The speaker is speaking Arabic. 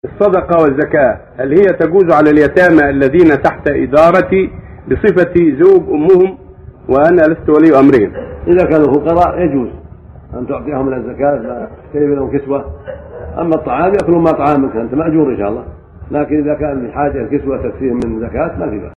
الصدقة والزكاة هل هي تجوز على اليتامى الذين تحت إدارتي بصفتي زوج أمهم وأنا لست ولي أمرهم؟ إذا كانوا فقراء يجوز أن تعطيهم من الزكاة ما تشتري لهم كسوة، أما الطعام يأكلون ما طعامك أنت مأجور إن شاء الله، لكن إذا كان الحاجة الكسوة تكفيهم من زكاة ما في بأس.